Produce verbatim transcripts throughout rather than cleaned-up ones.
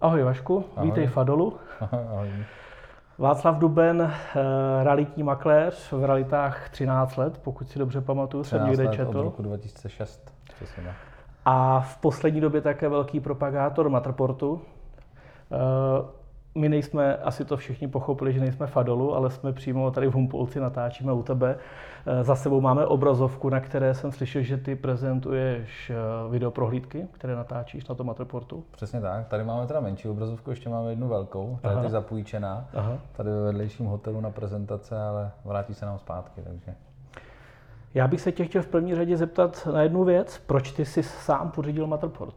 Ahoj Vašku, Ahoj. Vítej v Adolu. Ahoj. Václav Duben, realitní makléř, v realitách třináct let, pokud si dobře pamatuju, jsem někde četl. Od roku dva tisíce šest. Přesně. A v poslední době také velký propagátor Matterportu. My nejsme, asi to všichni pochopili, že nejsme v Adolu, ale jsme přímo tady v Humpolci, natáčíme u tebe. Za sebou máme obrazovku, na které jsem slyšel, že ty prezentuješ videoprohlídky, které natáčíš na tom Matterportu. Přesně tak. Tady máme teda menší obrazovku, ještě máme jednu velkou, ta je zapůjčená. Aha. Tady ve vedlejším hotelu na prezentace, ale vrátí se nám zpátky, takže... Já bych se tě chtěl v první řadě zeptat na jednu věc. Proč ty jsi sám pořídil Matterport?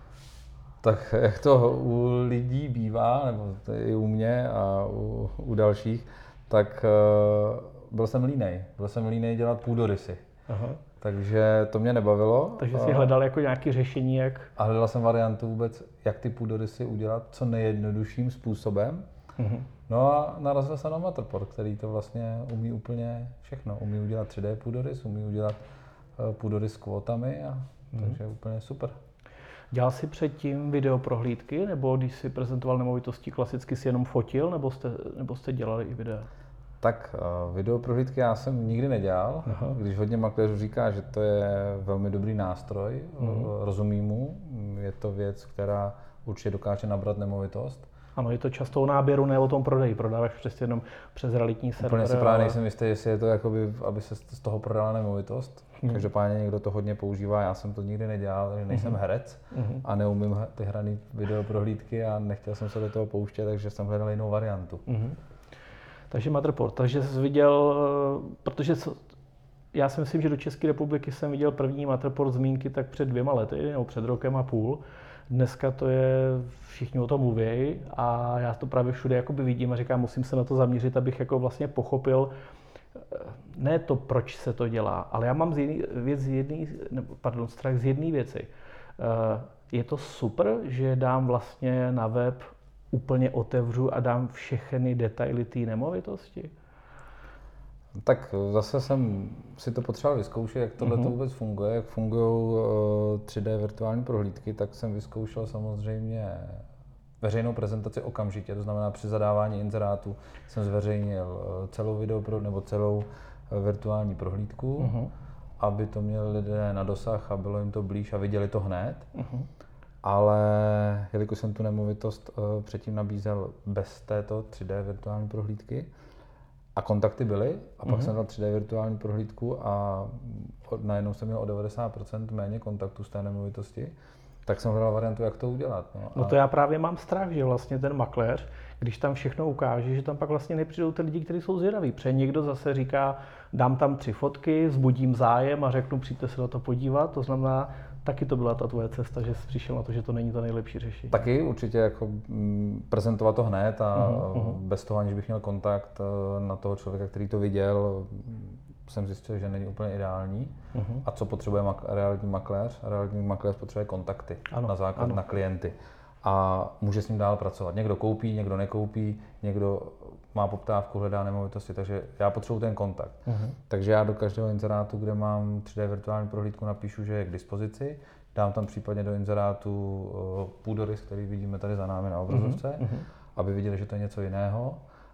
Tak jak to u lidí bývá, nebo i u mě a u, u dalších, tak uh, byl jsem línej. Byl jsem línej dělat půdorysy. Aha. Takže to mě nebavilo. Takže jsi hledal jako nějaké řešení, jak... A hledal jsem variantu vůbec, jak ty půdorysy udělat co nejjednodušším způsobem. Uh-huh. No a narazil jsem na Matterport, který to vlastně umí úplně všechno. Umí udělat tři dé půdorys, umí udělat uh, půdorys s kvótami, a uh-huh. takže úplně super. Dělal jsi předtím videoprohlídky, nebo když jsi prezentoval nemovitosti, klasicky si jenom fotil, nebo jste, nebo jste dělali i videa? Tak uh, videoprohlídky já jsem nikdy nedělal, Aha. když hodně makléřů říká, že to je velmi dobrý nástroj, uh-huh. rozumí mu, je to věc, která určitě dokáže nabrat nemovitost. Ano, je to často o náběru, ne o tom prodeji, prodáváš přes jenom přes realitní server. Úplně si právě ale... nejsem jistý, jestli je to jakoby, aby se z toho prodala nemovitost. Hmm. Každopádně někdo to hodně používá, já jsem to nikdy nedělal, takže nejsem hmm. herec hmm. a neumím ty hraný videoprohlídky a nechtěl jsem se do toho pouštět, takže jsem hledal jinou variantu. Hmm. Takže Matterport, takže jsi viděl, protože já si myslím, že do České republiky jsem viděl první Matterport zmínky tak před dvěma lety, nebo před rokem a půl. Dneska to je, všichni o tom mluví a já to právě všude jakoby vidím a říkám, musím se na to zaměřit, abych jako vlastně pochopil, ne to, proč se to dělá, ale já mám z jedný, věc z jedný, pardon, strach z jedné věci. Je to super, že dám vlastně na web, úplně otevřu a dám všechny detaily té nemovitosti? Tak zase jsem si to potřeboval vyzkoušet, jak tohle mm-hmm. to vůbec funguje, jak fungují tři dé virtuální prohlídky, tak jsem vyzkoušel samozřejmě veřejnou prezentaci okamžitě, to znamená při zadávání inzerátů jsem zveřejnil celou video nebo celou virtuální prohlídku, mm-hmm. aby to měli lidé na dosah a bylo jim to blíž a viděli to hned. Mm-hmm. Ale jelikož jsem tu nemovitost předtím nabízel bez této tři dé virtuální prohlídky, a kontakty byly, a pak mm-hmm. jsem dal tři dé virtuální prohlídku a najednou jsem měl o devadesát procent méně kontaktů z té nemovitosti, tak jsem hledal variantu, jak to udělat. No, no to já právě mám strach, že vlastně ten makléř, když tam všechno ukáže, že tam pak vlastně nepřijdou ty lidi, kteří jsou zvědaví. Protože někdo zase říká, dám tam tři fotky, vzbudím zájem a řeknu, přijďte se na to podívat, to znamená, taky to byla ta tvoje cesta, že jsi přišel na to, že to není to nejlepší řešení. Taky určitě jako prezentovat to hned a uh-huh. bez toho, aniž bych měl kontakt na toho člověka, který to viděl, jsem zjistil, že není úplně ideální. Uh-huh. A co potřebuje mak- realitní makléř? Realitní makléř potřebuje kontakty ano, na základ ano. na klienty. A může s ním dál pracovat. Někdo koupí, někdo nekoupí, někdo má poptávku, hledá nemovitosti, takže já potřebuji ten kontakt. Uh-huh. Takže já do každého inzerátu, kde mám tři dé virtuální prohlídku, napíšu, že je k dispozici, dám tam případně do inzerátu uh, půdorys, který vidíme tady za námi na obrazovce, uh-huh. aby viděli, že to je něco jiného.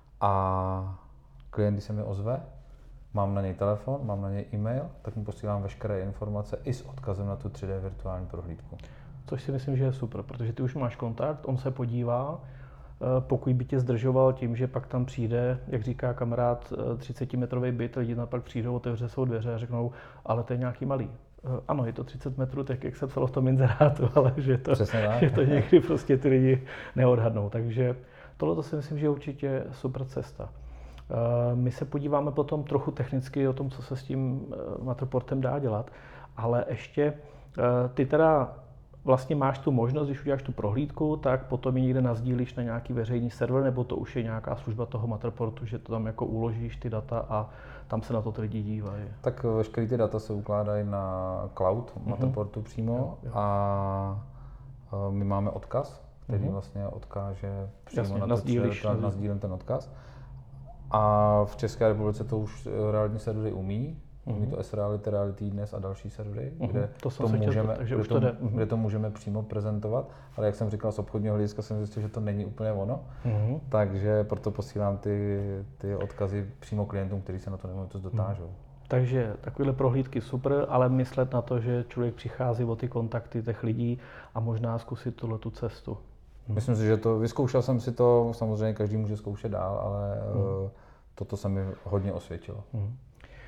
A klient, když se mi ozve, mám na něj telefon, mám na něj e-mail, tak mu posílám veškeré informace i s odkazem na tu tři dé virtuální prohlídku. Což si myslím, že je super, protože ty už máš kontakt, on se podívá, pokud by tě zdržoval tím, že pak tam přijde, jak říká kamarád, třicetimetrový byt, lidi tam pak přijdou, otevře svou dveře a řeknou, ale to je nějaký malý. Ano, je to třicet metrů, tak jak se psalo v tom inzerátu, ale že to, že to někdy prostě ty lidi neodhadnou. Takže tohle si myslím, že je určitě super cesta. My se podíváme potom trochu technicky o tom, co se s tím Matterportem dá dělat, ale ještě ty teda vlastně máš tu možnost, když uděláš tu prohlídku, tak potom ji někde nasdílíš na nějaký veřejný server, nebo to už je nějaká služba toho Matterportu, že to tam jako uložíš ty data a tam se na to ty lidi dívají. Tak veškeré ty data se ukládají na cloud uh-huh. Matterportu přímo jo, jo. a my máme odkaz, který uh-huh. vlastně odkáže přímo Jasně, na, to, na sdílem ten odkaz. A v České republice to už realitní servery umí, mm-hmm. to S-Reality, Reality dnes a další servery, mm-hmm. kde, to, to můžeme, to, kde, to, to, kde to můžeme přímo prezentovat, ale jak jsem říkal, z obchodního hlediska jsem zjistil, že to není úplně ono, mm-hmm. takže proto posílám ty, ty odkazy přímo klientům, kteří se na to nemovitost dotážou. Mm-hmm. Takže takovéhle prohlídky super, ale myslet na to, že člověk přichází o ty kontakty těch lidí a možná zkusit tuhle tu cestu. Hmm. Myslím si, že to, vyzkoušel jsem si to, samozřejmě každý může zkoušet dál, ale hmm. toto se mi hodně osvědčilo. Hmm. Uh,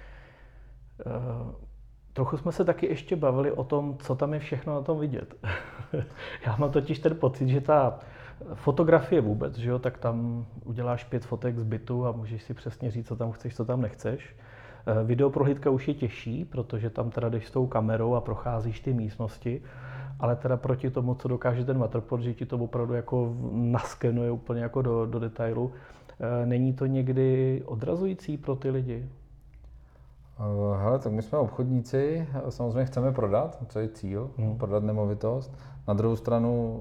trochu jsme se taky ještě bavili o tom, co tam je všechno na tom vidět. Já mám totiž ten pocit, že ta fotografie vůbec, že jo, tak tam uděláš pět fotek z bytu a můžeš si přesně říct, co tam chceš, co tam nechceš. Videoprohlídka už je těžší, protože tam teda jdeš s tou kamerou a procházíš ty místnosti, ale teda proti tomu, co dokáže ten Matterport, že ti to opravdu jako naskenuje úplně jako do, do detailu. Není to někdy odrazující pro ty lidi? Hele, tak my jsme obchodníci, samozřejmě chceme prodat, co je cíl, hmm. prodat nemovitost. Na druhou stranu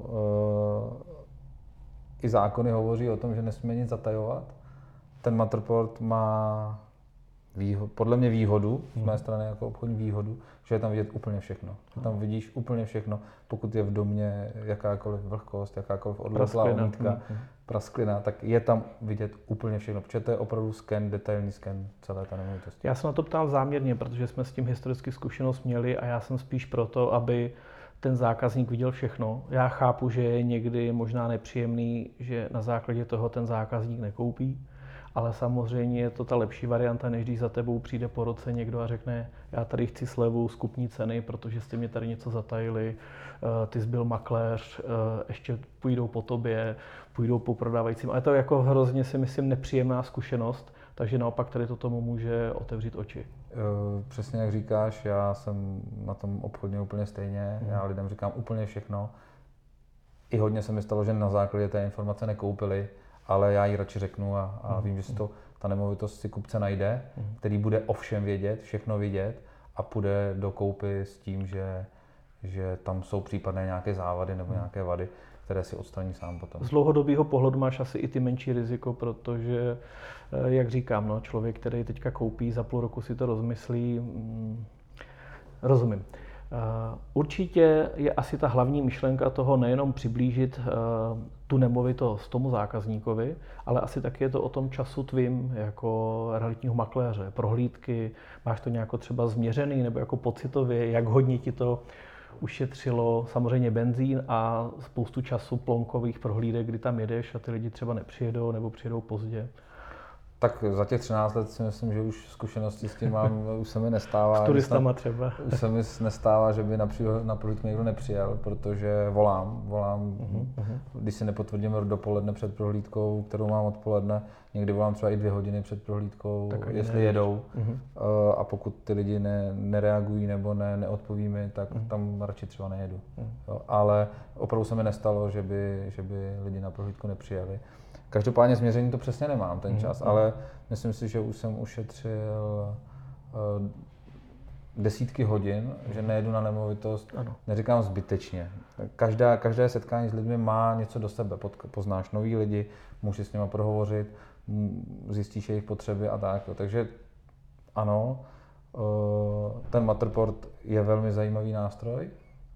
i zákony hovoří o tom, že nesmíme nic zatajovat. Ten Matterport má Výho- podle mě výhodu, z mé strany jako obchodní výhodu, že je tam vidět úplně všechno. Že tam vidíš úplně všechno, pokud je v domě jakákoliv vlhkost, jakákoliv odlehlá omítka, prasklina, tak je tam vidět úplně všechno, protože to je opravdu sken, detailní sken celé ta nemovitosti. Já se na to ptám záměrně, protože jsme s tím historicky zkušenost měli a já jsem spíš proto, aby ten zákazník viděl všechno. Já chápu, že je někdy možná nepříjemný, že na základě toho ten zákazník nekoupí, ale samozřejmě je to ta lepší varianta, než když za tebou přijde po roce někdo a řekne, já tady chci slevu z kupní ceny, protože jste mě tady něco zatajili, ty jsi byl makléř, ještě půjdou po tobě, půjdou po prodávajícím. Ale to je jako hrozně, si myslím, nepříjemná zkušenost, takže naopak tady to tomu může otevřít oči. Přesně jak říkáš, já jsem na tom obchodně úplně stejně, hmm. já lidem říkám úplně všechno. I hodně se mi stalo, že na základě té informace nekoupili, ale já ji radši řeknu a, a vím, že si to, ta nemovitost si kupce najde, který bude o všem vědět, všechno vidět a půjde do koupy s tím, že, že tam jsou případné nějaké závady nebo nějaké vady, které si odstraní sám potom. Z dlouhodobého pohledu máš asi i ty menší riziko, protože, jak říkám, no, člověk, který teďka koupí, za půl roku si to rozmyslí, mm, rozumím. Určitě je asi ta hlavní myšlenka toho nejenom přiblížit tu nemovitost tomu zákazníkovi, ale asi taky je to o tom času tvým jako realitního makléře, prohlídky, máš to nějak třeba změřený nebo jako pocitově, jak hodně ti to ušetřilo samozřejmě benzín a spoustu času plonkových prohlídek, kdy tam jedeš a ty lidi třeba nepřijedou nebo přijedou pozdě. Tak za těch třináct let si myslím, že už zkušenosti s tím mám, už se mi nestává. S turistama třeba. Už se mi nestává, že by na, na prohlídku někdo nepřijel, protože volám, volám, uh-huh. když si nepotvrdím dopoledne před prohlídkou, kterou mám odpoledne, někdy volám třeba i dvě hodiny před prohlídkou, tak jestli ne. jedou. Uh-huh. A pokud ty lidi ne, nereagují nebo ne, neodpoví mi, tak uh-huh. tam radši třeba nejedu. Uh-huh. Jo, ale opravdu se mi nestalo, že by, že by lidi na prohlídku nepřijeli. Každopádně změření to přesně nemám ten čas, mm, ale myslím si, že už jsem ušetřil uh, desítky hodin, že nejedu na nemovitost, ano. Neříkám zbytečně. Každá, každé setkání s lidmi má něco do sebe, poznáš nový lidi, můžeš s nimi prohovořit, zjistíš jejich potřeby a tak. Takže ano, uh, ten Matterport je velmi zajímavý nástroj,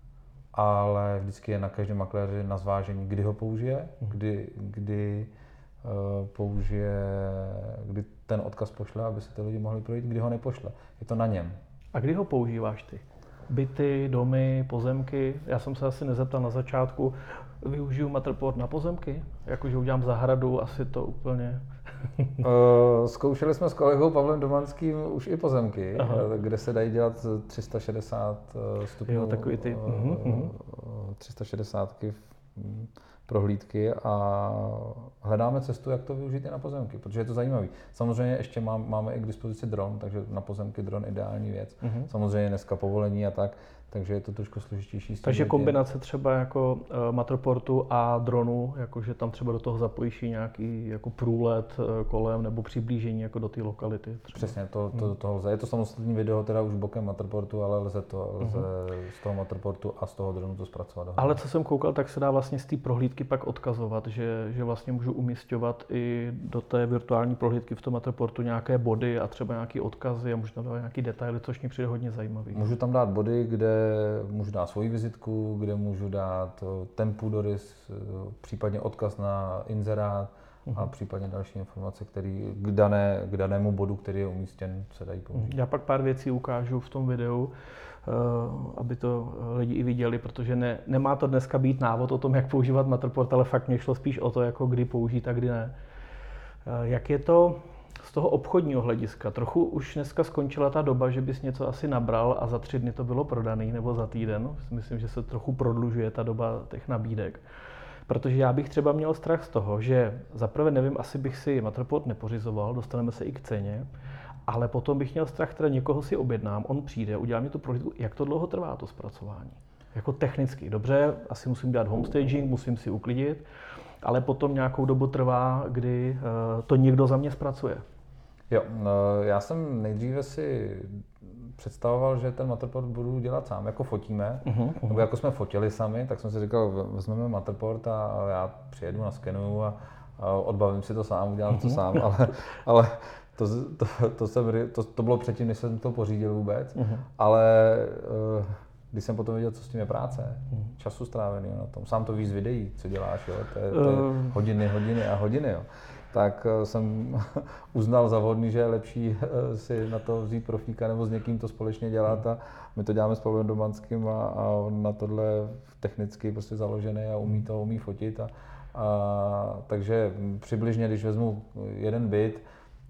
ale vždycky je na každém makléři na zvážení, kdy ho použije, kdy, kdy uh, použije, kdy ten odkaz pošle, aby se ty lidi mohli projít, kdy ho nepošle. Je to na něm. A kdy ho používáš ty? Byty, domy, pozemky? Já jsem se asi nezeptal na začátku. Využiju Matterport na pozemky? Jakože udělám zahradu, asi to úplně... uh, zkoušeli jsme s kolegou Pavlem Domanským už i pozemky, Aha. kde se dají dělat tři sta šedesát stupňů, jo, takový ty... uh, tři sta šedesát prohlídky a hledáme cestu, jak to využít i na pozemky, protože je to zajímavý. Samozřejmě ještě mám, máme i k dispozici dron, takže na pozemky dron ideální věc. Uh-huh. Samozřejmě dneska povolení a tak, takže je to trošku složitější. Takže kombinace třeba jako uh, Matterportu a dronu, jakože tam třeba do toho zapojíš nějaký jako průlet uh, kolem nebo přiblížení jako do té lokality. Třeba. Přesně, to, to, to lze. Je to samostatný video teda už bokem Matterportu, ale lze to lze uh-huh. z toho Matterportu a z toho dronu to zpracovat. Ale co jsem koukal, tak se dá vlastně z té prohlídky pak odkazovat, že, že vlastně můžu umisťovat i do té virtuální prohlídky v tom Matterportu nějaké body a třeba nějaké odkazy a můžu tam dát nějaké detaily, což mi přijde hodně zajímavý. Můžu tam dát body, kde můžu dát svoji vizitku, kde můžu dát ten půdorys, případně odkaz na inzerát a případně další informace, který k, dané, k danému bodu, který je umístěn, se dají použít. Já pak pár věcí ukážu v tom videu, aby to lidi i viděli, protože ne, nemá to dneska být návod o tom, jak používat Matterport, ale fakt mě šlo spíš o to, jako kdy použít a kdy ne. Jak je to z toho obchodního hlediska? Trochu už dneska skončila ta doba, že bys něco asi nabral a za tři dny to bylo prodaný, nebo za týden. Myslím, že se trochu prodlužuje ta doba těch nabídek. Protože já bych třeba měl strach z toho, že zaprvé nevím, asi bych si Matterport nepořizoval, dostaneme se i k ceně, ale potom bych měl strach, teda někoho si objednám, on přijde, udělá mi tu prohlídku, jak to dlouho trvá to zpracování. Jako technicky, dobře, asi musím dělat homestaging, musím si uklidit, ale potom nějakou dobu trvá, kdy to někdo za mě zpracuje. Jo, já jsem nejdříve si představoval, že ten Matterport budu dělat sám, jako fotíme, uh-huh, uh-huh. nebo jako jsme fotili sami, tak jsem si říkal, vezmeme Matterport a já přijedu, naskenuju a, a odbavím si to sám, udělám uh-huh. to sám, ale, ale to, to, to, jsem, to, to bylo předtím, než jsem to pořídil vůbec, uh-huh. ale když jsem potom viděl, co s tím je práce, uh-huh. času strávený na tom, sám to víš z videí, co děláš, jo, to je, to je hodiny, hodiny a hodiny, jo. Tak jsem uznal za vhodný, že je lepší si na to vzít profíka nebo s někým to společně dělat a my to děláme s Pavlem Domanským a, a on na tohle technicky prostě založený a umí to, umí fotit a, a takže přibližně, když vezmu jeden byt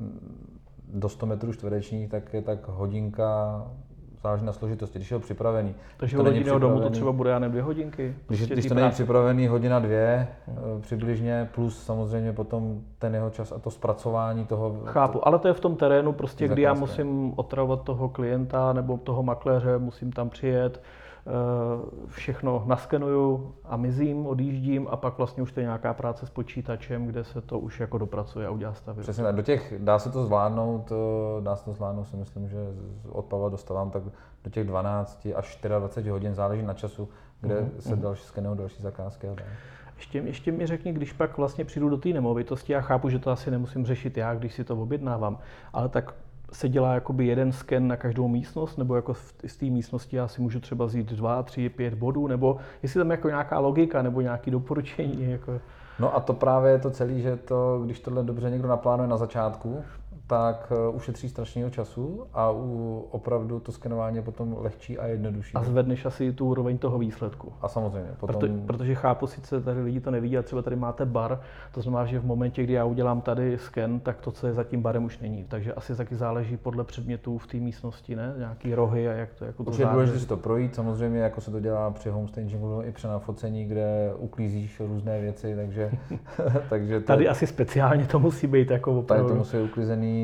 do sto metrů čtverečních, tak je tak hodinka, záleží na složitosti, když je ho připravený. Takže u rodinného domu to třeba bude, já nevím, dvě hodinky? Když, když to není připravený, hodina, dvě hmm. přibližně, plus samozřejmě potom ten jeho čas a to zpracování toho. Chápu, to, ale to je v tom terénu, prostě kdy já musím otravovat toho klienta nebo toho makléře, musím tam přijet, všechno naskenuju a mizím, odjíždím a pak vlastně už to je nějaká práce s počítačem, kde se to už jako dopracuje a udělá stavy. Přesně tak, do těch, dá se to zvládnout, dá se to zvládnout, si myslím, že od Pavla dostávám tak do těch dvanáct až dvacet čtyři hodin, záleží na času, kde mm-hmm. se další skenují další zakázky. Ještě, ještě mi řekni, když pak vlastně přijdu do té nemovitosti, já chápu, že to asi nemusím řešit já, když si to objednávám, ale tak se dělá jakoby jeden sken na každou místnost, nebo jako z té místnosti já si můžu třeba vzít dva, tři, pět bodů, nebo jestli tam jako nějaká logika nebo nějaké doporučení. Jako... No a to právě je to celé, že to, když tohle dobře někdo naplánuje na začátku, tak ušetří strašného času a u opravdu to skenování je potom lehčí a jednodušší. A zvedneš asi tu úroveň toho výsledku. A samozřejmě. Potom... Proto, protože chápu, sice tady lidi to nevidí a třeba tady máte bar, to znamená, že v momentě, kdy já udělám tady sken, tak to, co je za tím barem, už není. Takže asi taky záleží podle předmětů v té místnosti, ne? Nějaký rohy a jak to jako to Už je důležité si to projít, samozřejmě, jako se to dělá při homestagingu i při nafocení, kde uklízíš různé věci, takže... takže to... Tady asi speciálně to musí být jako opravdu. Tady to musí být uklizený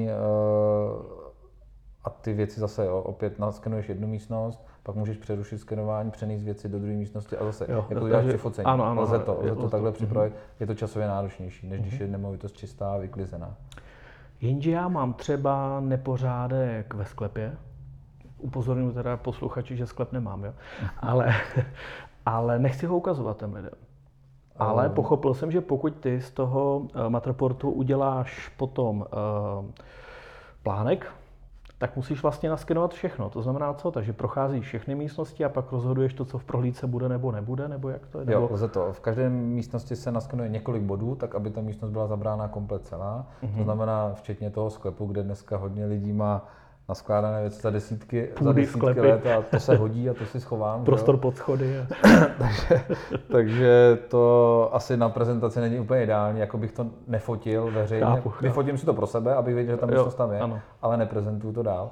a ty věci zase, jo, opět naskenuješ jednu místnost, pak můžeš přerušit skenování, přenést věci do druhé místnosti a zase, jo, jako děláš při focení. Ano, ano, lze to, lze to takhle to. připravit, je to časově náročnější, než když je nemovitost čistá a vyklizená. Jenže já mám třeba nepořádek ve sklepě, upozorňuji teda posluchači, že sklep nemám, jo, ale, ale nechci ho ukazovat těm lidem. Ale pochopil jsem, že pokud ty z toho Matterportu uděláš potom uh, plánek, tak musíš vlastně naskenovat všechno. To znamená co? Takže procházíš všechny místnosti a pak rozhoduješ to, co v prohlídce bude nebo nebude, nebo jak to je? Nebo... Jo, lze to. V každé místnosti se naskenuje několik bodů, tak aby ta místnost byla zabrána komplet celá. Mm-hmm. To znamená včetně toho sklepu, kde dneska hodně lidí má naskládané věci za desítky, za desítky let a to se hodí a to si schovám. Prostor pod schody. takže, takže to asi na prezentaci není úplně ideální, jako bych to nefotil veřejně. Chápu, chápu. Vyfotím si to pro sebe, abych věděl, že tam místnost tam je, ano. Ale neprezentuju to dál.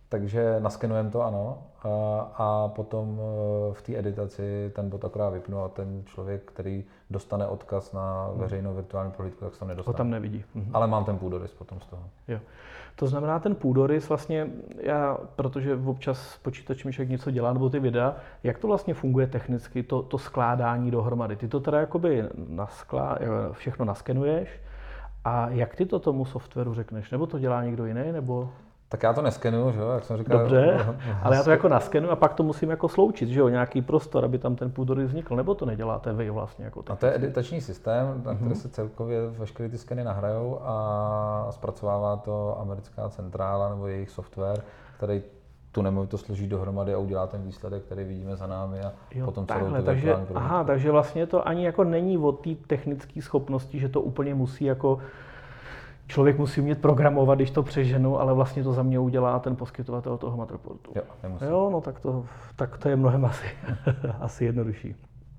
takže naskenujeme to, ano, a, a potom v té editaci ten bot akorát vypnu a ten člověk, který dostane odkaz na veřejnou virtuální prohlídku, tak se tam nedostane. Ho tam nevidí. Mhm. Ale mám ten půdorys potom z toho. Jo. To znamená, ten půdorys vlastně, já, protože občas s počítačem člověk něco dělá, nebo ty videa, jak to vlastně funguje technicky, to, to skládání dohromady? Ty to teda jakoby nasklá, všechno naskenuješ a jak ty to tomu softwaru řekneš? Nebo to dělá někdo jiný, nebo... Tak já to neskenuju, že jo, jak jsem říkal. Dobře, ale já to jako naskenuju a pak to musím jako sloučit, že jo, nějaký prostor, aby tam ten půdorys vznikl, nebo to neděláte vy vlastně jako technicky? A to je editační systém, na který se celkově veškeré ty skeny nahrajou a zpracovává to americká centrála nebo jejich software, který tu nemovitost složí dohromady a udělá ten výsledek, který vidíme za námi a jo, potom celou takhle, tu takže, virtuální aha, takže vlastně to ani jako není o té technické schopnosti, že to úplně musí jako člověk musí umět programovat, když to přeženu, ale vlastně to za mě udělá ten poskytovatel toho Matterportu. Jo, nemusí. Jo, no tak to, tak to je mnohem asi, asi jednodušší.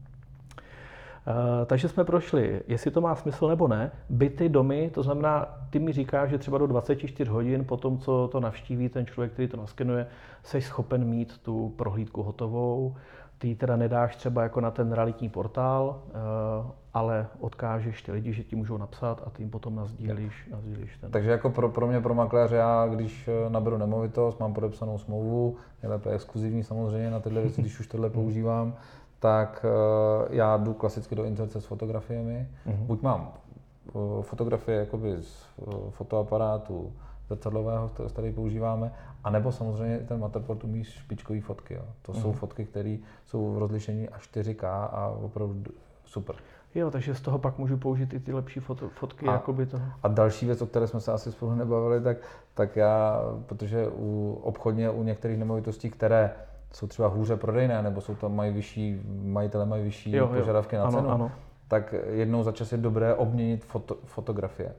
Uh, takže jsme prošli, jestli to má smysl nebo ne, byty, domy, to znamená, ty mi říkáš, že třeba do dvacet čtyři hodin po tom, co to navštíví ten člověk, který to naskenuje, jsi schopen mít tu prohlídku hotovou. Ty ji teda nedáš třeba jako na ten realitní portál, uh, ale odkážeš ty lidi, že ti můžou napsat a ty jim potom nazdílíš, nazdílíš ten. Takže jako pro, pro mě, pro makléře, já když naberu nemovitost, mám podepsanou smlouvu, nejlépe exkluzivní samozřejmě na tyhle věci, když už tohle používám, tak uh, já jdu klasicky do inzerce s fotografiemi. Mm-hmm. Buď mám uh, fotografie jakoby z uh, fotoaparátu zrcadlového, který používáme, anebo samozřejmě ten Matterport umí špičkové fotky. Jo. To mm-hmm. jsou fotky, které jsou v rozlišení až čtyři ká a opravdu super. Jo, takže z toho pak můžu použít i ty lepší foto, fotky. A, jakoby toho. A další věc, o které jsme se asi spolu nebavili, tak, tak já, protože u, obchodně u některých nemovitostí, které jsou třeba hůře prodejné, nebo jsou tam mají vyšší, majitele mají vyšší jo, požadavky jo. na ano, cenu, ano. tak jednou za čas je dobré obměnit foto, fotografie.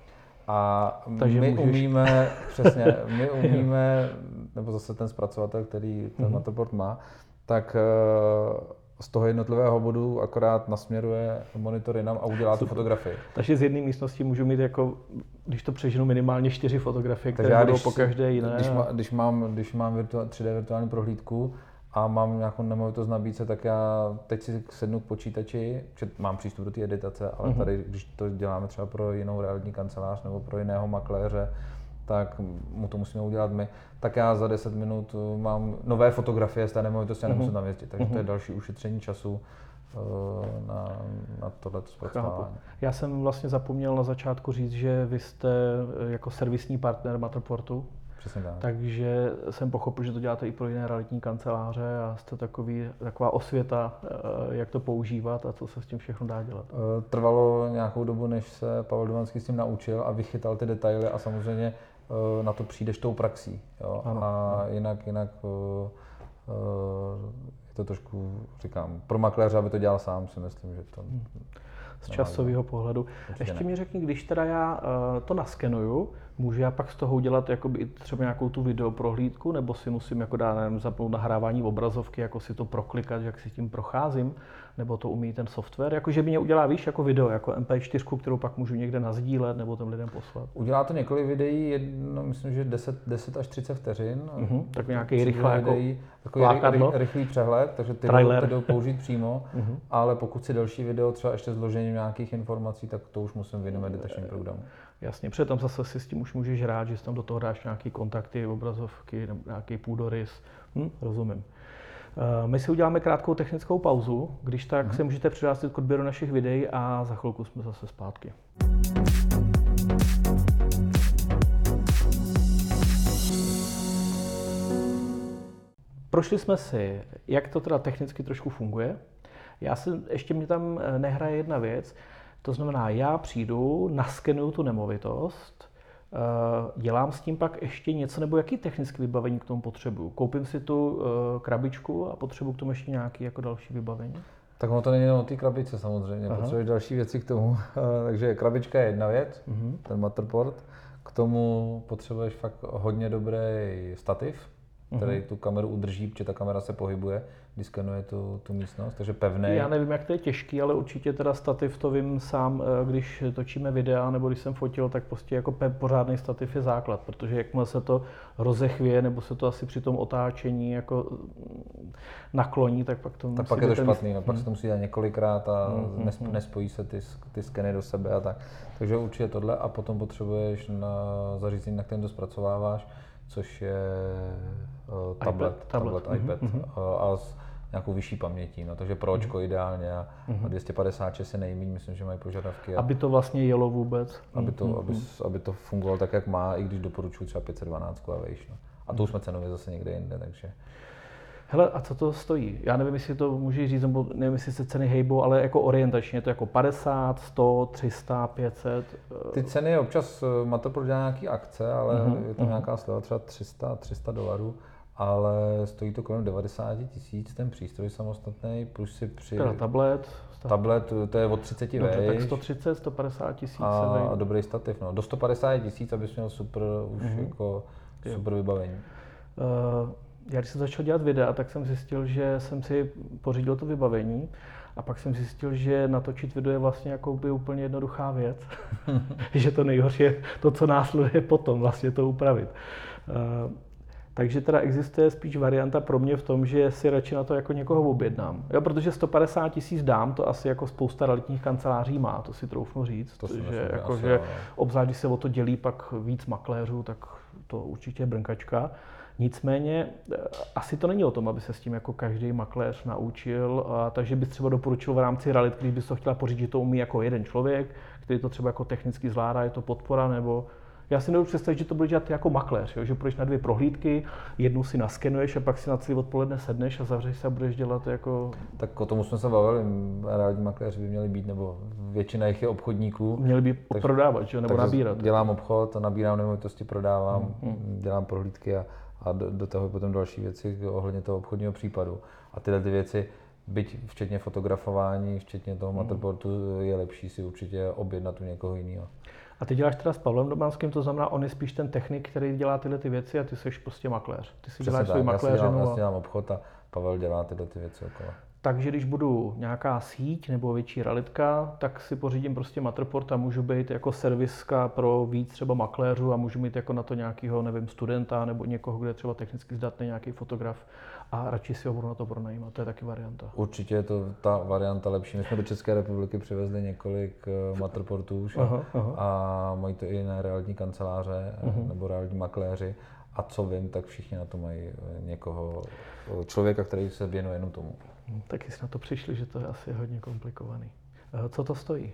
A takže my můžeš... umíme, přesně, my umíme, nebo zase ten zpracovatel, který ten mm-hmm. Matterport má, tak z toho jednotlivého bodu akorát nasměruje monitor jinam a udělá tu fotografii. Takže z jedné místnosti můžu mít jako, když to přeženu, minimálně čtyři fotografie, které budou když, po každé jiné. Když, má, když mám, když mám virtuál, tři dé virtuální prohlídku a mám nějakou nemovitost nabídce, tak já teď si sednu k počítači, že mám přístup do té editace, ale mm-hmm. tady, když to děláme třeba pro jinou realitní kancelář nebo pro jiného makléře, tak mu to musíme udělat my, tak já za deset minut mám nové fotografie z té nemovitosti a nemusím mm-hmm. tam jezdit. Takže mm-hmm. to je další ušetření času na, na tohleto zpracování. Já jsem vlastně zapomněl na začátku říct, že vy jste jako servisní partner Matterportu. Přesně tak. Takže jsem pochopil, že to děláte i pro jiné realitní kanceláře a jste takový, taková osvěta, jak to používat a co se s tím všechno dá dělat. Trvalo nějakou dobu, než se Pavel Domanský s tím naučil a vychytal ty detaily a samozřejmě na to přijdeš tou praxí. Jo? Ano, a ano. jinak, jinak je to trošku, říkám, pro makléře, aby to dělal sám, si myslím, že to... Hmm. Z časového pohledu. Určitě Ještě ne. mi řekni, když teda já uh, to naskenuju, můžu já pak z toho udělat jakoby třeba nějakou tu videoprohlídku, nebo si musím jako dát, nevím, zapnout nahrávání obrazovky, jako si to proklikat, jak si tím procházím, nebo to umí ten software, jakože mě udělá, víš, jako video, jako em pé čtyři, kterou pak můžu někde nasdílet nebo těm lidem poslat. Udělá to několik videí, jedno, myslím, že deset, deset až třicet vteřin. Uh-huh, tak nějaký rychlý videí, takový ry, rychlý přehled, takže ty Trailer. jdou použít přímo, uh-huh. ale pokud si další video třeba ještě s vložením nějakých informací, tak to už musím v jiném editačním programu. Jasně, protože tam zase si s tím už můžeš hrát, že si tam do toho dáš nějaké kontakty, obrazovky, nějaký půdorys. Hm, rozumím. My si uděláme krátkou technickou pauzu, když tak mm-hmm. se můžete přihlásit k odběru našich videí a za chvilku jsme zase zpátky. Prošli jsme si, jak to teda technicky trošku funguje. Já si, ještě mě tam nehraje jedna věc, to znamená, já přijdu, naskenuju tu nemovitost, dělám s tím pak ještě něco, nebo jaký technické vybavení k tomu potřebuju? Koupím si tu krabičku a potřebuji k tomu ještě nějaké jako další vybavení? Tak ono to není jenom o té krabičce samozřejmě, Aha. potřebuješ další věci k tomu. Takže krabička je jedna věc, uh-huh. ten Matterport. K tomu potřebuješ fakt hodně dobrý stativ, který tu kameru udrží, protože ta kamera se pohybuje, když skenuje tu, tu místnost, takže pevný. Já nevím, jak to je těžký, ale určitě teda stativ to vím sám, když točíme videa nebo když jsem fotil, tak prostě jako pořádný stativ je základ, protože jakmile se to rozechvěje nebo se to asi při tom otáčení jako nakloní, tak pak to tak pak je to špatný, no, pak hmm. se to musí dělat několikrát a hmm. nesp- nespojí se ty, ty skeny do sebe a tak. Takže určitě tohle a potom potřebuješ na zařízení, na kterém to zpracováváš, což je uh, tablet, iPad, tablet, tablet, iPad mm-hmm. uh, a s nějakou vyšší pamětí, no, takže Pročko mm-hmm. ideálně a, mm-hmm. a dvě stě padesát šest je nejméně, myslím, že mají požadavky. A, aby to vlastně jelo vůbec. Aby to, mm-hmm. aby, aby to fungovalo tak, jak má, i když doporučuji třeba pět set dvanáct a vejš. No. A to už jsme cenově zase někde jinde, takže... Hele, a co to stojí? Já nevím, jestli to můžeš říct, nebo nevím, jestli se ceny hejbou, ale jako orientačně, je to jako padesát, sto, tři sta, pět set? Ty ceny občas Matterport dělá nějaký akce, ale uh-huh, je tam uh-huh. nějaká sleva třeba tři sta, tři sta dolarů, ale stojí to kolem devadesát tisíc ten přístroj samostatný, plus si při... Teda tablet? Tablet, to je od třicet Dobře, vejš. tak sto třicet, sto padesát tisíc. A, a dobrý stativ, no. Do sto padesát tisíc, abys měl super, už uh-huh. jako super vybavení. Uh, Já když jsem začal dělat videa, tak jsem zjistil, že jsem si pořídil to vybavení a pak jsem zjistil, že natočit video je vlastně jako by úplně jednoduchá věc. Že to nejhorší je to, co následuje potom, vlastně to upravit. Uh, takže teda existuje spíš varianta pro mě v tom, že si radši na to jako někoho objednám. Jo, protože sto padesát tisíc dám, to asi jako spousta realitních kanceláří má, to si troufnu říct. To že, jako, že obzvlášť, když se o to dělí pak víc makléřů, tak to určitě je brnkačka. Nicméně asi to není o tom, aby se s tím jako každý makléř naučil, a takže bys třeba doporučil v rámci realit, když bys to chtěla pořídit, to umí jako jeden člověk, který to třeba jako technicky zvládá, je to podpora, nebo já si nedovedu představit, že to bude dělat jako makléř, jo? Že půjdeš na dvě prohlídky, jednu si naskenuješ a pak si na celý odpoledne sedneš a zavřeš se a budeš dělat jako... Tak o tom jsme se bavili, realitní makléři by měli být, nebo většina jich je obchodníků. Měli by tak, prodávat, že? Nebo nabírat. Dělám obchod, nabírám nemovitosti, prodávám, hmm. dělám prohlídky a a do, do toho potom další věci ohledně toho obchodního případu. A tyhle ty věci, byť včetně fotografování, včetně toho mm. Matterportu, je lepší si určitě objednat u někoho jiného. A ty děláš teda s Pavlem Domanským, to znamená, on je spíš ten technik, který dělá tyhle ty věci a ty jsi prostě makléř. Ty si Přesně děláš tak, svůj makléřinu. Já si dělám obchod a Pavel dělá tyhle ty věci okolo. Takže když budu nějaká síť nebo větší realitka, tak si pořídím prostě Matterport a můžu být jako serviska pro víc třeba makléřů a můžu mít jako na to nějakého, nevím, studenta nebo někoho, kde je třeba technicky zdatný nějaký fotograf a radši si ho budu na to pronajímat. To je taky varianta. Určitě je to ta varianta lepší. My jsme do České republiky přivezli několik Matterportů už a, aha, aha. a mají to i jiné realitní kanceláře uh-huh. nebo realitní makléři. A co vím, tak všichni na to mají někoho, člověka, který se věnuje jenom tomu. Taky si na to přišli, že to je asi hodně komplikovaný. Co to stojí?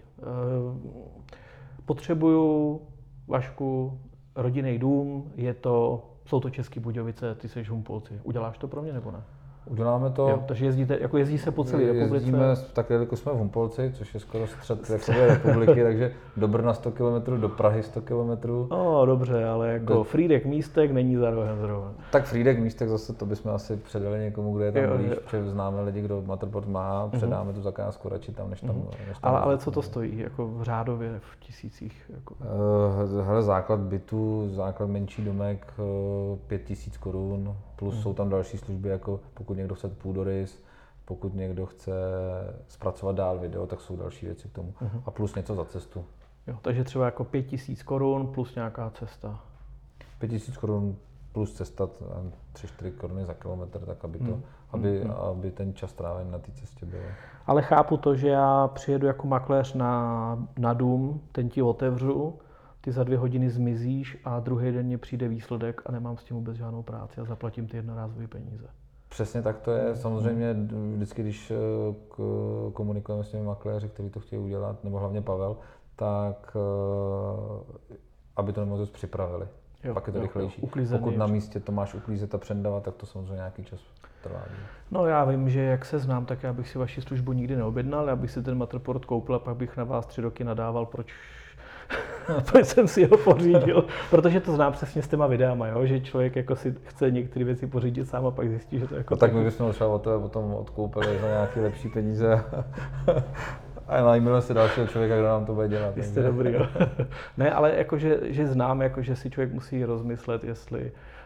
Potřebuju, Vašku, rodinný dům, je to, jsou to České Budějovice, ty jsi v Humpolci. Uděláš to pro mě nebo ne? Uděláme to. Jo, takže jezdíte, jako jezdí se po celé republice? Jezdíme, tak jako jsme v Humpolci, což je skoro střed republiky, takže do Brna sto kilometrů, do Prahy sto kilometrů. No dobře, ale jako do... Frýdek Místek není za rohem zrovna. Tak Frýdek Místek zase to bychom asi předali někomu, kdo je tam blíž, protože známe lidi, kdo Matterport má, předáme uh-huh. tu zakázku radši tam, než tam. Uh-huh. Než tam ale, ale co to stojí, jako v řádově v tisících? Jako... Uh, hele, základ bytu, základ menší domek, uh, pět tisíc korun, plus uh-huh. jsou tam další služby, jako pokud někdo chce půdorys, pokud někdo chce zpracovat dál video, tak jsou další věci k tomu. Uh-huh. A plus něco za cestu. Jo, takže třeba jako pět tisíc korun plus nějaká cesta. pět tisíc korun plus cesta, tři čtyři koruny za kilometr, tak aby, to, uh-huh. aby, uh-huh. aby ten čas trávený na té cestě byl. Ale chápu to, že já přijedu jako makléř na, na dům, ten ti otevřu, ty za dvě hodiny zmizíš a druhý den mě přijde výsledek a nemám s tím vůbec žádnou práci a zaplatím ty jednorázové peníze. Přesně tak to je. Samozřejmě vždycky, když komunikujeme s těmi makléři, kteří to chtějí udělat, nebo hlavně Pavel, tak aby to nemoc připravili. Jo, pak je to jo, rychlejší. Uklízený Pokud na místě to máš uklízet a přendavat, tak to samozřejmě nějaký čas trvá. No já vím, že jak se znám, tak já bych si vaši službu nikdy neobjednal, já bych si ten Matterport koupil a pak bych na vás tři roky nadával, proč proč jsem si ho pořídil, protože to znám přesně s těma videama, jo? Že člověk jako si chce některé věci pořídit sám a pak zjistí, že to jako... No tak my bychom třeba o to potom odkoupili za nějaké lepší peníze a najmeme si dalšího člověka, kdo nám to bude dělat. Jste dobrý, jo. Ne, ale jakože že znám, jako, že si člověk musí rozmyslet, jestli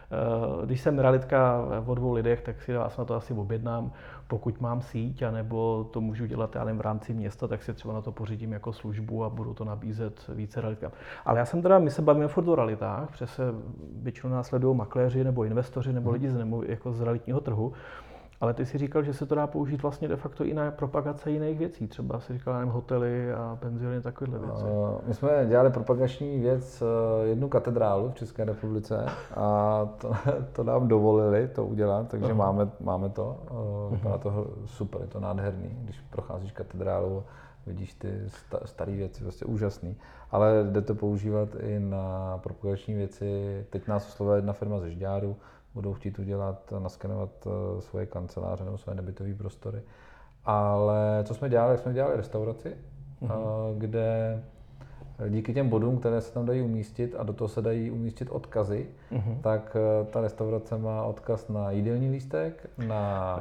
Když jsem realitka o dvou lidech, tak si vás na to asi objednám. Pokud mám síť, anebo to můžu dělat já nevím, v rámci města, tak si třeba na to pořídím jako službu a budu to nabízet více realitkám. Ale já jsem teda, my se bavíme furt o realitách, protože se většinou nás sledují makléři nebo investoři nebo lidi z, nebo jako z realitního trhu. Ale ty si říkal, že se to dá použít vlastně de facto i na propagace jiných věcí. Třeba si říkal, nevím, hotely a penziony, takovéhle věci. My jsme dělali propagační věc, jednu katedrálu v České republice a to, to nám dovolili to udělat, takže uh-huh. máme, máme to. Vypadá to super, je to nádherný, když procházíš katedrálou, vidíš ty staré věci, vlastně úžasný. Ale jde to používat i na propagační věci. Teď nás oslovuje jedna firma ze Žďáru, budou chtít udělat, naskenovat svoje kanceláře nebo svoje nebytové prostory. Ale co jsme dělali, jsme dělali restauraci, mm-hmm. kde díky těm bodům, které se tam dají umístit a do toho se dají umístit odkazy, mm-hmm. tak ta restaurace má odkaz na jídelní lístek, na,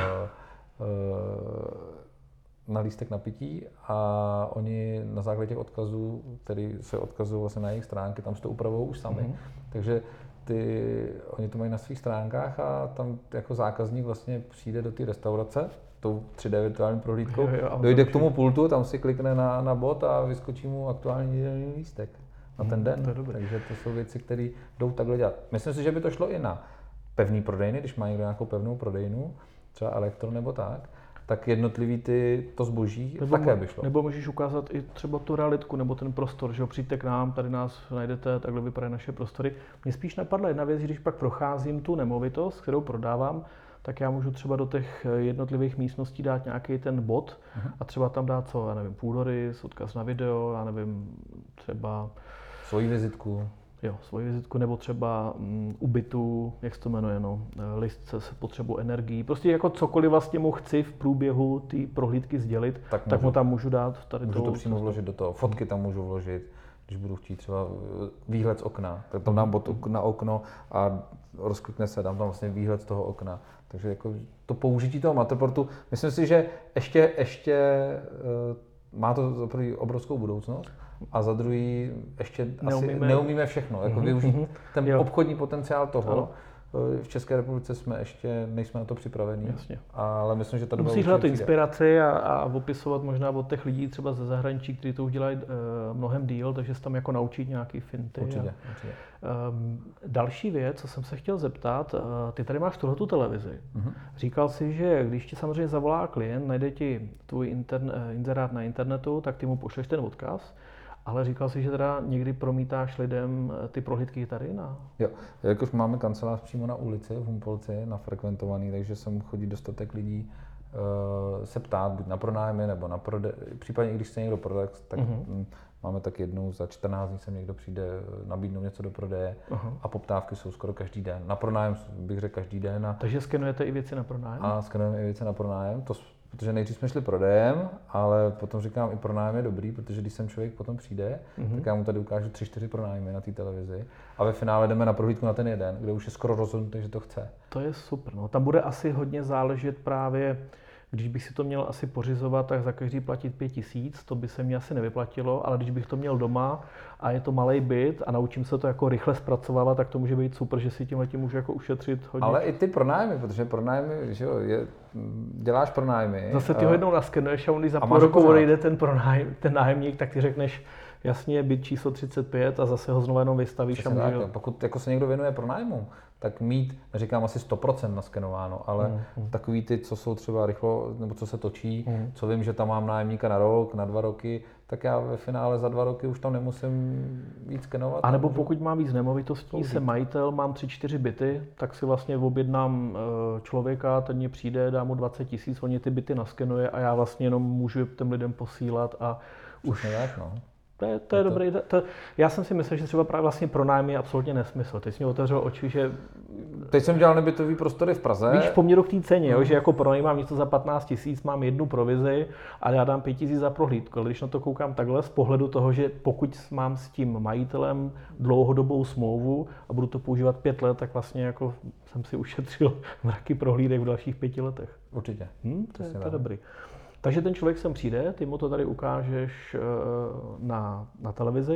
na lístek na pití a oni na základě těch odkazů, které se odkazují vlastně na jejich stránky, tam se to upravují už sami. Mm-hmm. Takže Ty, oni to mají na svých stránkách a tam jako zákazník vlastně přijde do té restaurace tou tři dé virtuální prohlídkou, jo, jo, dojde k tomu pultu, tam si klikne na, na bod a vyskočí mu aktuální jídelní lístek na ten den. To Takže to jsou věci, které jdou takhle dělat. Myslím si, že by to šlo i na pevný prodejny, když má někdo nějakou pevnou prodejnu, třeba elektro nebo tak, tak jednotlivý ty to zboží nebo také by šlo. Nebo můžeš ukázat i třeba tu realitku nebo ten prostor, že jo, přijďte k nám, tady nás najdete, takhle vypadají naše prostory. Mně spíš napadla jedna věc, když pak procházím tu nemovitost, kterou prodávám, tak já můžu třeba do těch jednotlivých místností dát nějaký ten bod uh-huh. a třeba tam dát co, já nevím, půdorys, odkaz na video, já nevím, třeba svoji vizitku. Jo, svoji vizitku, nebo třeba um, u bytu, jak se to jmenuje, no, list se potřebou energií. Prostě jako cokoliv vlastně mu chci v průběhu té prohlídky sdělit, tak, tak můžu, mu tam můžu dát tady můžu to. to přímo vložit do toho. Fotky tam můžu vložit, když budu chtít třeba výhled z okna. Tak tam dám bod na okno a rozklikne se, dám tam vlastně výhled z toho okna. Takže jako to použití toho Matterportu, myslím si, že ještě, ještě uh, má to za první obrovskou budoucnost. A za druhý ještě neumíme, asi neumíme všechno, jako mm-hmm. využít ten jo. obchodní potenciál toho. Ano. V České republice jsme ještě, nejsme na to připravení, Jasně. ale myslím, že ta doba musíš hledat inspiraci a, a opisovat možná od těch lidí třeba ze zahraničí, kteří to už dělají uh, mnohem díl, takže se tam jako naučit nějaký finty. Určitě, a, určitě. Um, další věc, co jsem se chtěl zeptat, uh, ty tady máš tuhletu televizi. Mm-hmm. Říkal jsi, že když ti samozřejmě zavolá klient, najde ti tvůj interne, inzerát na internetu, tak ty mu pošleš ten odkaz. Ale říkal jsi, že teda někdy promítáš lidem ty prohlídky tady na... Jo, jakož máme kancelář přímo na ulici, v Humpolci, nafrekventovaný, takže sem chodí dostatek lidí uh, se ptát, buď na pronájmy nebo na prodej. Případně i když chce někdo prodat, tak mm-hmm. máme tak jednou za čtrnáct dní sem někdo přijde nabídnout něco do prodeje uh-huh. a poptávky jsou skoro každý den. Na pronájem bych řekl každý den. A, takže skenujete i věci na pronájem? A skenujeme i věci na pronájem. To protože nejdřív jsme šli prodejem, ale potom říkám, i pronájem je dobrý, protože když sem člověk potom přijde, mm-hmm. tak já mu tady ukážu tři, čtyři pronájmy na té televizi a ve finále jdeme na prohlídku na ten jeden, kde už je skoro rozhodnutý, že to chce. To je super, no. Tam bude asi hodně záležet právě, když bych si to měl asi pořizovat, tak za každý platit pět tisíc, to by se mi asi nevyplatilo, ale když bych to měl doma a je to malej byt a naučím se to jako rychle zpracovávat, tak to může být super, že si tímhletím můžu jako ušetřit hodně. Ale i ty pronájmy, protože pronájmy, že jo, je, děláš pronájmy. Zase ty ho jednou naskenuješ a on když za půl roku odejde ten pronájem, ten nájemník, tak ty řekneš, jasně, byt číslo třicet pět a zase ho znovu jenom vystavíš. Přesně a může... tak, pokud jako se někdo věnuje pronájmu, tak mít, neříkám asi sto procent naskenováno, ale mm, mm. takový ty, co jsou třeba rychlo, nebo co se točí, mm. co vím, že tam mám nájemníka na rok, na dva roky, tak já ve finále za dva roky už tam nemusím víc skenovat. A nebo pokud mám víc nemovitostí, jsem majitel, mám tři, čtyři byty, tak si vlastně objednám člověka, ten mě přijde, dám mu dvacet tisíc, oni ty byty naskenuje a já vlastně jenom můžu těm lidem posílat a už... Jak, no. To je, to je, je to... dobrý. To, já jsem si myslel, že třeba právě vlastně pronájem je absolutně nesmysl. Teď jsi mi otevřel oči, že... Teď jsem dělal nebytový prostory v Praze. Víš, v poměru k té ceně, mm. jo, že jako pronajímám něco za patnáct tisíc, mám jednu provizi a já dám pět tisíc za prohlídku. Ale když na to koukám takhle z pohledu toho, že pokud mám s tím majitelem dlouhodobou smlouvu a budu to používat pět let, tak vlastně jako jsem si ušetřil mraky prohlídek v dalších pěti letech. Určitě. Hm, to, je, to je dobrý. Takže ten člověk sem přijde, ty mu to tady ukážeš na, na televizi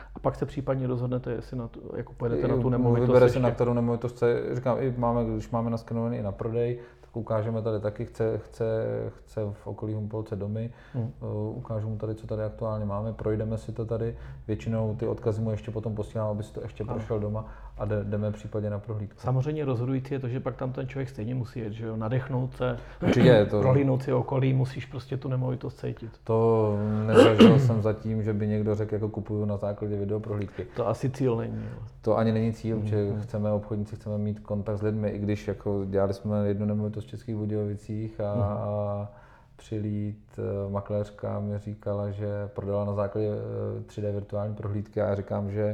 a pak se případně rozhodnete, jestli na tu, jako pojedete I, na tu nemovitost. Vybere si, na kterou nemovitost chce. Říkám, i máme, když máme naskenovaný i na prodej, tak ukážeme tady taky, chce, chce, chce v okolí Humpolce domy, hmm. uh, ukážu mu tady, co tady aktuálně máme, projdeme si to tady, většinou ty odkazy mu ještě potom posílám, aby si to ještě prošel doma a jdeme případně na prohlídku. Samozřejmě rozhodující je to, že pak tam ten člověk stejně musí jet, že jo, nadechnout se, to... prohlídnout si okolí, musíš prostě tu nemovitost cítit. To nezažil jsem zatím, že by někdo řekl, jako kupuju na základě videoprohlídky. To asi cíl není. Jo. To ani není cíl, mm-hmm. že chceme obchodníci, chceme mít kontakt s lidmi, i když jako dělali jsme jednu nemovitost v Českých Budějovicích a, mm-hmm. a přilít makléřka mi říkala, že prodala na základě tři dé virtuální prohlídky a já říkám, že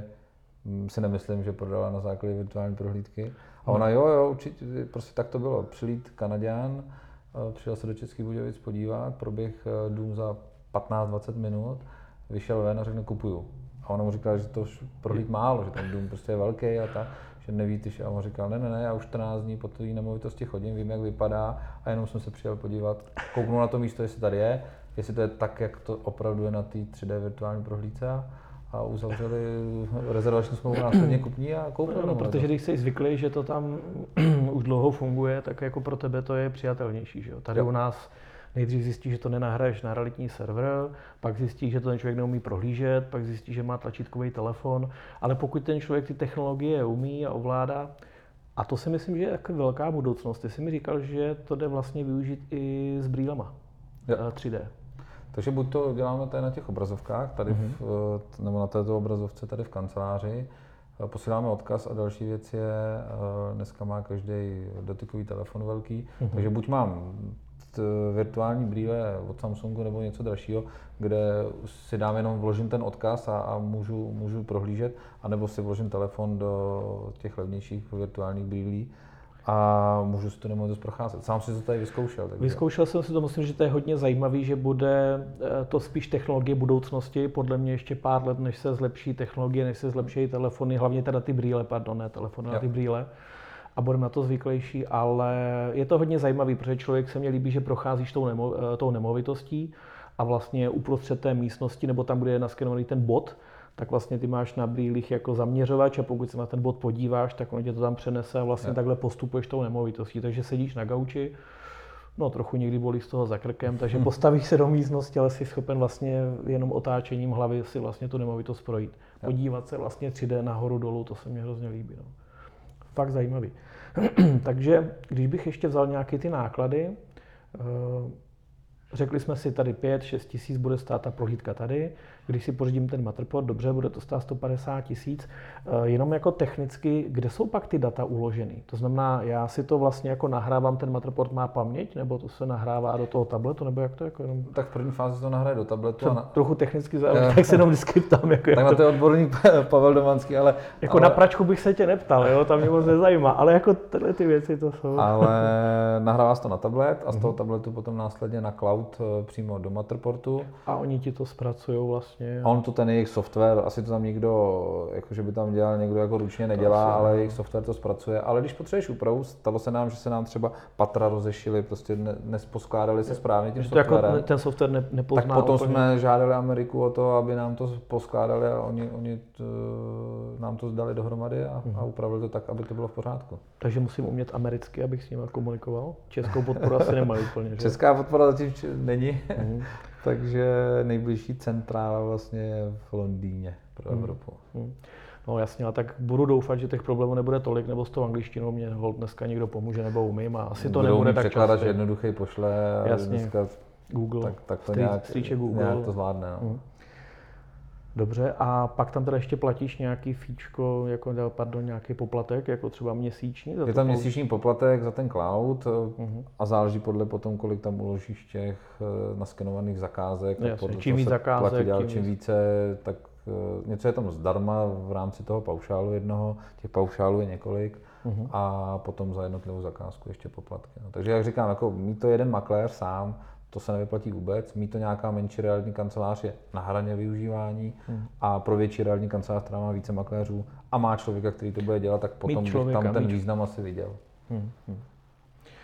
si nemyslím, že prodala na základě virtuální prohlídky. A ona jo, jo, určitě, prostě tak to bylo. Přilít Kanaďan, přijel se do Českých Budějovic podívat, proběh dům za patnáct dvacet minut, vyšel ven a řekl, kupuju. A ona mu říkala, že to prohlíd málo, že ten dům prostě je velký a tak, že neví, tyž. A on říkal, ne, ne, ne, já už čtrnáct dní po té nemovitosti chodím, vím, jak vypadá a jenom jsem se přijel podívat, kouknu na to místo, jestli tady je, jestli to je tak, jak to opravdu je na té tři dé virtuální prohlídce. A uzavřeli rezervační smlouvu následně kupní a koupili. No, protože když jsi zvyklý, že to tam už dlouho funguje, tak jako pro tebe to je přijatelnější. Že jo? Tady jo. U nás nejdřív zjistí, že to nenahraješ na realitní server, pak zjistí, že to ten člověk neumí prohlížet, pak zjistí, že má tlačítkový telefon, ale pokud ten člověk ty technologie umí a ovládá, a to si myslím, že je jako velká budoucnost. Ty jsi mi říkal, že to jde vlastně využít i s brýlema jo. tři dé. Takže buď to děláme tady na těch obrazovkách, tady v, mm-hmm. nebo na této obrazovce tady v kanceláři, posíláme odkaz a další věc je, dneska má každý dotykový telefon velký, mm-hmm. takže buď mám virtuální brýle od Samsungu nebo něco dražšího, kde si dám jenom vložím ten odkaz a, a můžu, můžu prohlížet, anebo si vložím telefon do těch levnějších virtuálních brýlí a můžu si to nemovitost procházet. Sám si to tady vyzkoušel. Takže... Vyzkoušel jsem si to, myslím, že to je hodně zajímavý, že bude to spíš technologie budoucnosti, podle mě ještě pár let, než se zlepší technologie, než se zlepší telefony, hlavně teda ty brýle, pardon, ne telefony, ale ty brýle. A budeme na to zvyklejší, ale je to hodně zajímavý, protože člověk se mně líbí, že procházíš tou, nemo, tou nemovitostí a vlastně uprostřed té místnosti, nebo tam, kde je naskenovaný ten bod, tak vlastně ty máš na brýlích jako zaměřovač a pokud se na ten bod podíváš, tak on tě to tam přenese a vlastně ne. takhle postupuješ tou nemovitostí. Takže sedíš na gauči, no trochu někdy bolí z toho za krkem, takže postavíš se do místnosti, ale jsi schopen vlastně jenom otáčením hlavy si vlastně tu nemovitost projít. Podívat se vlastně tři dé nahoru dolů, to se mi hrozně líbí. No. Fakt zajímavý. Takže když bych ještě vzal nějaké ty náklady, řekli jsme si tady pět šest tisíc bude stát ta prohlídka tady, když si pořídím ten Matterport, dobře, bude to stát sto padesát tisíc, jenom jako technicky, kde jsou pak ty data uloženy? To znamená, já si to vlastně jako nahrávám, ten Matterport má paměť, nebo to se nahrává do toho tabletu, nebo jak to jako jenom... Tak v první fázi to nahraje do tabletu. A na... Trochu technicky záleží, tak se jenom vždycky ptám. Jako tak na to je odborník Pavel Domanský, ale... Jako ale... na pračku bych se tě neptal, jo, tam mě moc nezajímá, ale jako tyhle ty věci to jsou... Ale nahrává to na tablet a z toho tabletu potom následně na cloud přímo do Matterportu. A oni ti to zpracujou vlastně. A on to ten jejich software, asi to tam nikdo, jakože by tam dělal někdo jako ručně nedělá, asi, ale jejich software to zpracuje. Ale když potřebuješ úpravu, stalo se nám, že se nám třeba patra rozešily, prostě ne, nesposkládali se správně tím softwarem. Jako ten software ne, nepozná. Tak potom úplně. jsme žádali Ameriku o to, aby nám to poskládali a oni, oni t, nám to dali dohromady a, hmm. a upravili to tak, aby to bylo v pořádku. Takže musím umět americky, abych s nimi komunikoval? Českou podporu asi nemají úplně, že? Česká podpora zatím není. Hmm. Takže nejbližší centrála vlastně je v Londýně pro Evropu. Hmm. Hmm. No jasně, ale tak budu doufat, že těch problémů nebude tolik, nebo s tou angličtinou mě holt dneska někdo pomůže, nebo umím a asi to budou nebude tak překládat, že jednoduchý pošle a jasně. dneska Google, tak, tak to Stří, nějak, Google. nějak to zvládne. No. Hmm. Dobře, a pak tam teda ještě platíš nějaký fíčko, jako, pardon, nějaký poplatek, jako třeba měsíční? Za je tam měsíční poplatek za ten cloud uh-huh. a záleží podle potom, kolik tam uložíš těch naskenovaných zakázek. Jasně, podle čím víc zakázek, platí dál, čím, čím více, tak uh, něco je tam zdarma v rámci toho paušálu jednoho, těch paušálů je několik uh-huh. a potom za jednotlivou zakázku ještě poplatky. No. Takže jak říkám, jako mít to jeden makléř sám, to se nevyplatí vůbec. Mít to nějaká menší realitní kancelář je na hraně využívání hmm. a pro větší realitní kancelář, která má více makléřů a má člověka, který to bude dělat, tak potom bych tam ten význam asi viděl. Hmm. Hmm.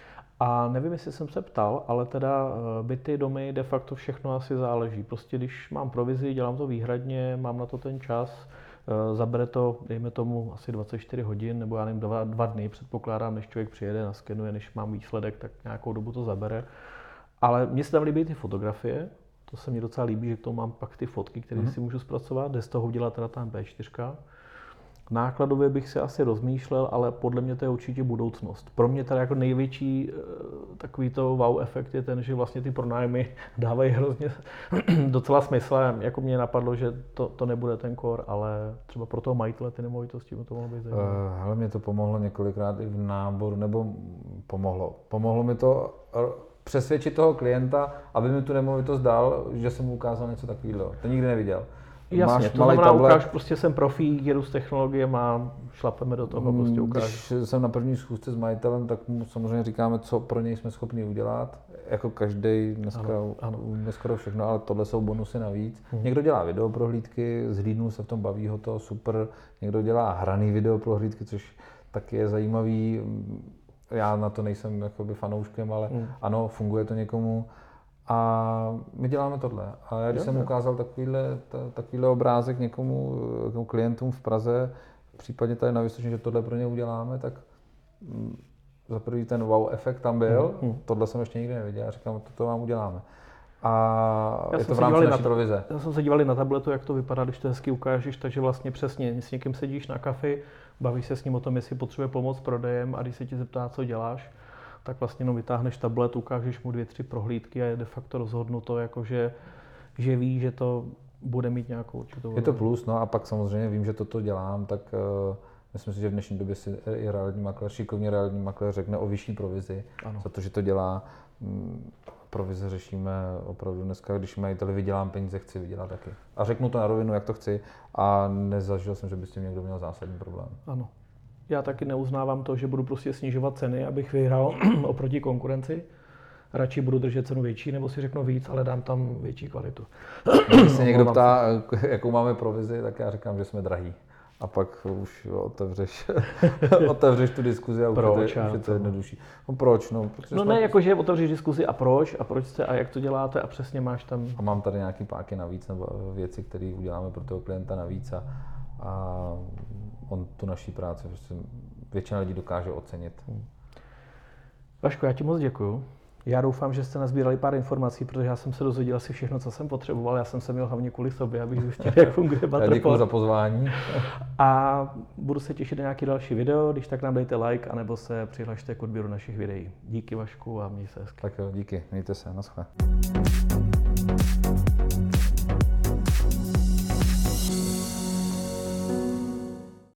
A nevím, jestli jsem se ptal, ale teda byty, domy, de facto všechno asi záleží. Prostě když mám provizi, dělám to výhradně, mám na to ten čas, zabere to, dejme tomu, asi dvacet čtyři hodin, nebo já nevím, dva, dva dny, předpokládám, než člověk přijede, naskenuje, než mám výsledek, tak nějakou dobu to zabere. Ale mně se tam líbí ty fotografie, to se mi docela líbí, že k tomu mám pak ty fotky, které mm-hmm. si můžu zpracovat, jde z toho udělat teda ta em pé čtyři. Nákladově bych si asi rozmýšlel, ale podle mě to je určitě budoucnost. Pro mě teda jako největší takový to wow efekt je ten, že vlastně ty pronájmy dávají hrozně docela smysl. Jako mě napadlo, že to, to nebude ten core, ale třeba pro toho majitele ty nemovitosti to mohlo být zajímavé. Uh, hele, mě to pomohlo několikrát i v náboru, nebo pomohlo. Pomohlo mi to přesvědčit toho klienta, aby mi tu nemovitost dal, že jsem mu ukázal něco takového. To nikdy neviděl. Jasně, máš to znamená, ukáž, prostě jsem profík, jedu s technologiemi, šlapeme do toho, prostě ukážu. Když jsem na první schůzce s majitelem, tak mu samozřejmě říkáme, co pro něj jsme schopni udělat. Jako každý dneska umíme skoro všechno, ale tohle jsou bonusy navíc. Hmm. Někdo dělá videoprohlídky, zhlídnul se v tom, baví ho to, super. Někdo dělá hraný videoprohlídky, což taky je zajímavý. Já na to nejsem jakoby fanouškem, ale hmm. ano, funguje to někomu. A my děláme tohle. A já, když jo, jsem jo. ukázal takovýhle, takovýhle obrázek někomu, někomu klientům v Praze, případně tady na Vysočině, že tohle pro ně uděláme, tak za prvý ten wow efekt tam byl, hmm. tohle jsem ještě nikdy neviděl, a říkám, toto vám uděláme. A já je to v rámci naší provize. Já jsem se dívali na tabletu, jak to vypadá, když to hezky ukážeš, takže vlastně přesně s někým sedíš na kafi, bavíš se s ním o tom, jestli potřebuje pomoc s prodejem a když se ti zeptá, co děláš, tak vlastně no, vytáhneš tablet, ukážeš mu dvě, tři prohlídky a je de facto rozhodnuto, jakože, že ví, že to bude mít nějakou určitou... Je to plus, no a pak samozřejmě vím, že toto dělám, tak uh, myslím si, že v dnešní době si i realitní makléř, šikovný realitní makléř řekne o vyšší provizi, ano. za to, že to dělá. Provize řešíme opravdu dneska, když majiteli vydělám peníze, chci vydělat taky. A řeknu to na rovinu, jak to chci a nezažil jsem, že by s tím někdo měl zásadní problém. Ano. Já taky neuznávám to, že budu prostě snižovat ceny, abych vyhrál oproti konkurenci. Radši budu držet cenu větší, nebo si řeknu víc, ale dám tam větší kvalitu. Když se někdo ptá, jakou máme provizi, tak já říkám, že jsme drahí. A pak už otevřeš, otevřeš tu diskuzi a už proč, je to, to jednodušší. No proč? No, no ne, jakože otevřeš diskuzi a proč, a proč jste, a jak to děláte a přesně máš tam... A mám tady nějaký páky navíc, nebo věci, které uděláme pro toho klienta navíc a, a on tu naší práci prostě většina lidí dokáže ocenit. Hmm. Vaško, já ti moc děkuju. Já doufám, že jste nazbírali pár informací, protože já jsem se dozvěděl asi všechno, co jsem potřeboval. Já jsem se měl hlavně kvůli sobě, abych zjistil, jak funguje Butterport. Děkuji za pozvání. A budu se těšit na nějaký další video, když tak nám dejte like, anebo se přihlašte k odběru našich videí. Díky Vašku a měj se hezky. Tak jo, díky, mějte se, naschle.